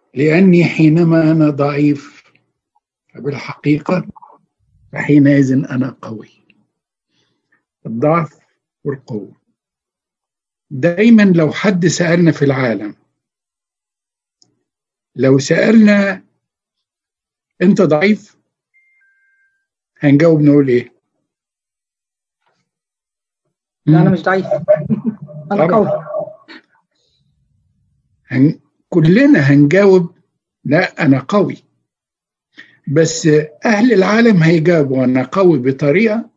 لأني حينما أنا ضعيف بالحقيقة فحينئذ أنا قوي. الضعف والقوة. دايما لو حد سألنا في العالم، لو سألنا أنت ضعيف، هنجاوب نقول إيه؟ لا أنا مش ضعيف أنا قوي. كلنا هنجاوب لا أنا قوي. بس أهل العالم هيجاوبوا أنا قوي بطريقة،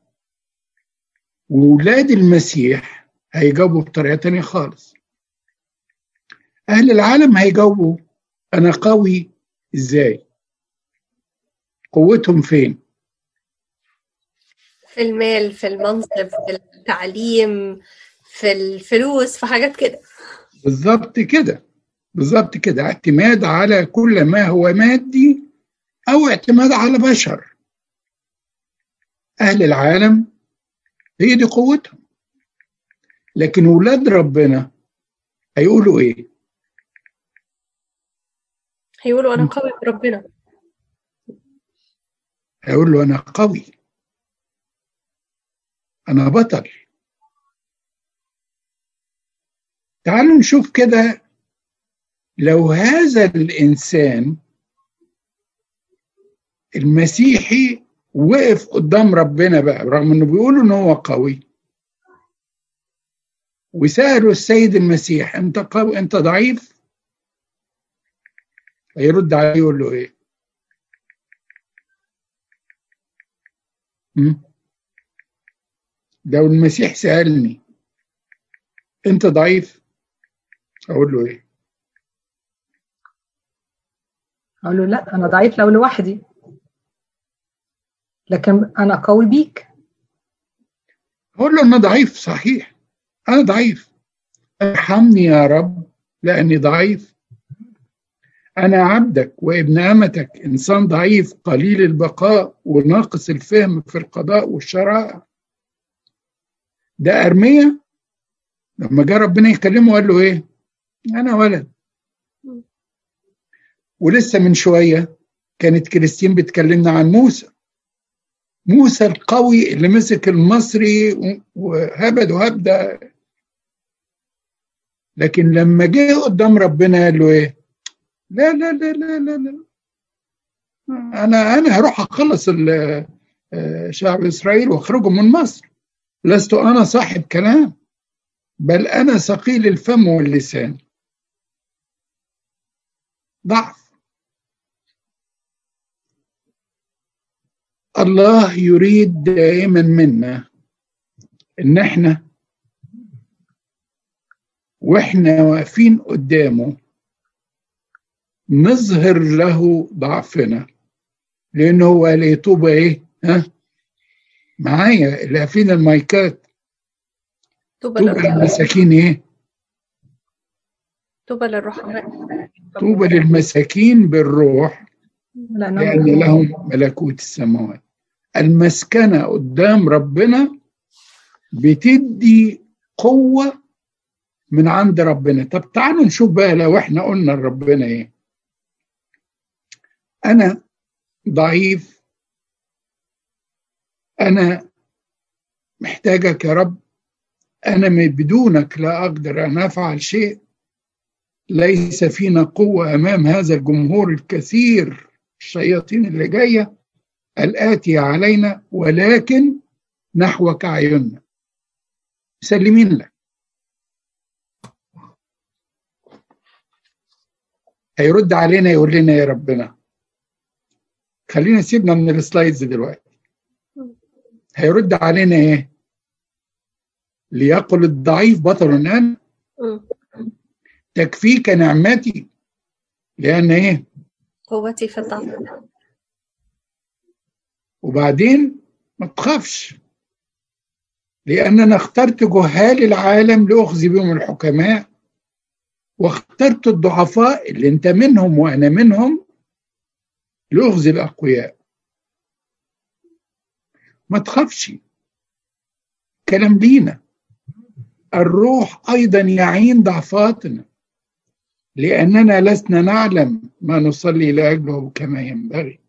وولاد المسيح هيجاوبوا بطريقة تانية خالص. أهل العالم هيجاوبوا أنا قوي إزاي؟ قوتهم فين؟ في المال، في المنصب، في التعليم، في الفلوس، في حاجات كده. بالظبط كده، بالظبط كده. اعتماد على كل ما هو مادي أو اعتماد على بشر. أهل العالم هي دي قوتهم. لكن ولاد ربنا هيقولوا إيه؟ هيقولوا أنا قوي بربنا. هيقولوا أنا قوي، أنا بطل. تعالوا نشوف كده، لو هذا الإنسان المسيحي وقف قدام ربنا بقى، رغم إنه بيقولوا إن هو قوي، وسألوا السيد المسيح أنت قوي أنت ضعيف، هيرد عليه يقول له إيه؟ لو المسيح سألني أنت ضعيف، أقول له إيه؟ أقول له لا أنا ضعيف لو لوحدي، لكن أنا قوي بيك. أقول له أنا ضعيف صحيح، أنا ضعيف، ارحمني يا رب لأني ضعيف. أنا عبدك وابن أمتك، إنسان ضعيف قليل البقاء وناقص الفهم في القضاء والشرائع. ده أرميا لما جاء ربنا يكلمه قال له إيه؟ أنا ولد. ولسه من شوية كانت كريستين بتكلمنا عن موسى القوي اللي مسك المصري وهبد وهبدة. لكن لما جه قدام ربنا قال له إيه؟ لا لا لا لا لا لا، أنا هروح أخلص شعب إسرائيل واخرجه من مصر. لست أنا صاحب كلام، بل أنا ثقيل الفم واللسان. ضعف. الله يريد دائما منا إن احنا واحنا واقفين قدامه نظهر له ضعفنا، لأنه هو قال طوبى إيه؟ معايا اللي فينا المايكات. طوبى للمساكين إيه؟ طوبى للرحماء. طوبى للمساكين بالروح لأن لهم ملكوت السماوات. المسكنة قدام ربنا بتدي قوة من عند ربنا. طب تعالوا نشوف بقى، لو احنا قلنا لربنا ايه؟ أنا ضعيف، أنا محتاجك يا رب، أنا بدونك لا أقدر أن أفعل شيء، ليس فينا قوة أمام هذا الجمهور الكثير الشياطين اللي جاية الآتية علينا، ولكن نحوك أعيننا مسلمين لك. هيرد علينا يقول لنا يا ربنا، خلينا سيبنا من السلايدز دلوقتي. هيرد علينا ايه؟ ليقل الضعيف بطل أنا، تكفيك نعمتي لأن ايه؟ قوتي في الضعف. وبعدين ما تخافش، لأن أنا اخترت جهال العالم لأخزي بهم الحكماء، واخترت الضعفاء اللي انت منهم وأنا منهم لأخزي الأقوياء. ما تخافش، كلام لينا. الروح أيضا يعين ضعفاتنا، لأننا لسنا نعلم ما نصلي لأجله كما ينبغي.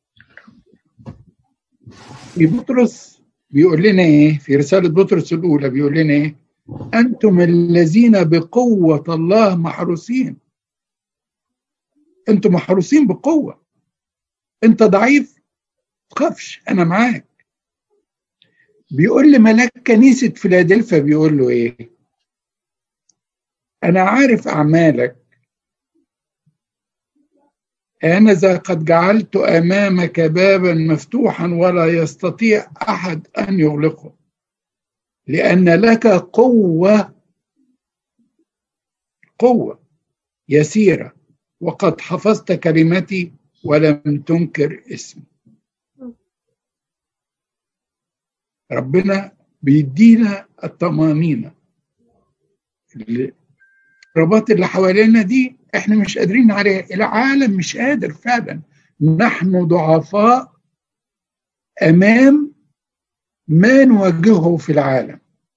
في بطرس بيقول لنا إيه؟ في رسالة بطرس الأولى بيقول لنا إيه؟ أنتم الذين بقوة الله محروسين. أنتم محروسين بقوة. أنت ضعيف تخافش، أنا معاك. بيقول لملاك كنيسة فيلادلفيا بيقول له إيه؟ أنا عارف أعمالك، أنذا قد جعلت أمامك بابا مفتوحا ولا يستطيع أحد أن يغلقه، لأن لك قوة يسيرة، وقد حفظت كلمتي ولم تنكر اسمي. ربنا بيدينا الطمانينة. الرباط اللي حوالينا دي احنا مش قادرين عليها، العالم مش قادر فعلا. نحن ضعفاء امام ما نواجهه في العالم،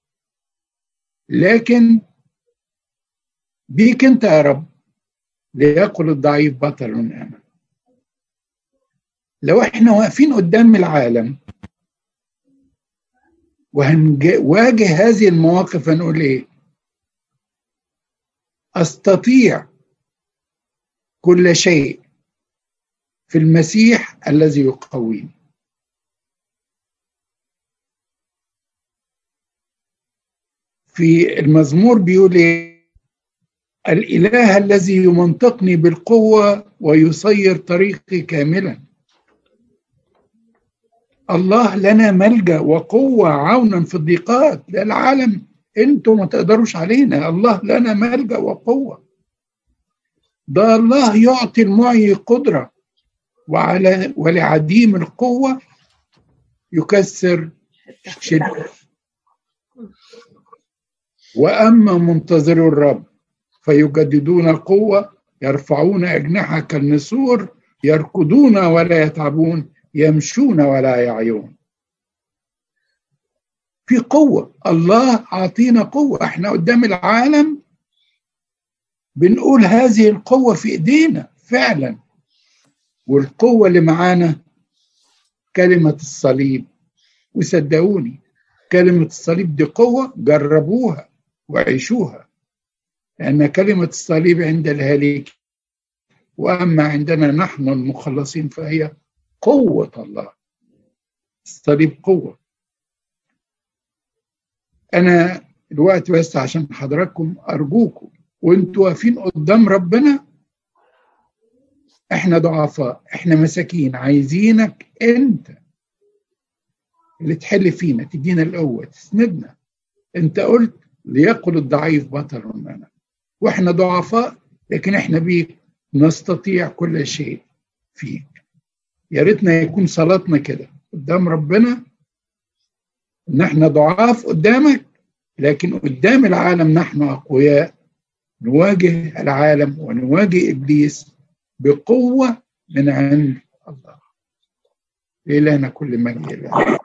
لكن بيك انت يا رب ليقل الضعيف بطل انا. لو احنا واقفين قدام العالم وهنواجه هذه المواقف هنقول ايه؟ استطيع كل شيء في المسيح الذي يقويني. في المزمور بيقول ايه؟ الإله الذي يمنطقني بالقوة ويصير طريقي كاملا. الله لنا ملجأ وقوة عونا في الضيقات. لا العالم انتم ما تقدروش علينا، الله لنا ملجأ وقوة. ده الله يعطي المعي قدرة، ولعديم القوة يكسر شدة. وأما منتظر الرب فيجددون قوة، يرفعون أجنحة كالنسور، يركضون ولا يتعبون، يمشون ولا يعيون. في قوة، الله عطينا قوة. احنا قدام العالم بنقول هذه القوة في ايدينا فعلا، والقوة اللي معانا كلمة الصليب. وصدقوني كلمة الصليب دي قوة، جربوها وعيشوها، لأن كلمة الصليب عند الهالك، وأما عندنا نحن المخلصين فهي قوة الله. الصليب قوة. أنا الوقت بس عشان حضراتكم أرجوكم وانتوا واقفين قدام ربنا، احنا ضعفاء، احنا مساكين، عايزينك انت اللي تحل فينا، تدينا القوة، تسندنا. انت قلت ليقل الضعيف بطل لنا، واحنا ضعفاء لكن احنا بيك نستطيع كل شيء فيك. يا ريتنا يكون صلاتنا كده قدام ربنا، ان احنا ضعاف قدامك لكن قدام العالم نحن اقوياء، نواجه العالم ونواجه ابليس بقوة من عند الله. إلهنا كل مجد.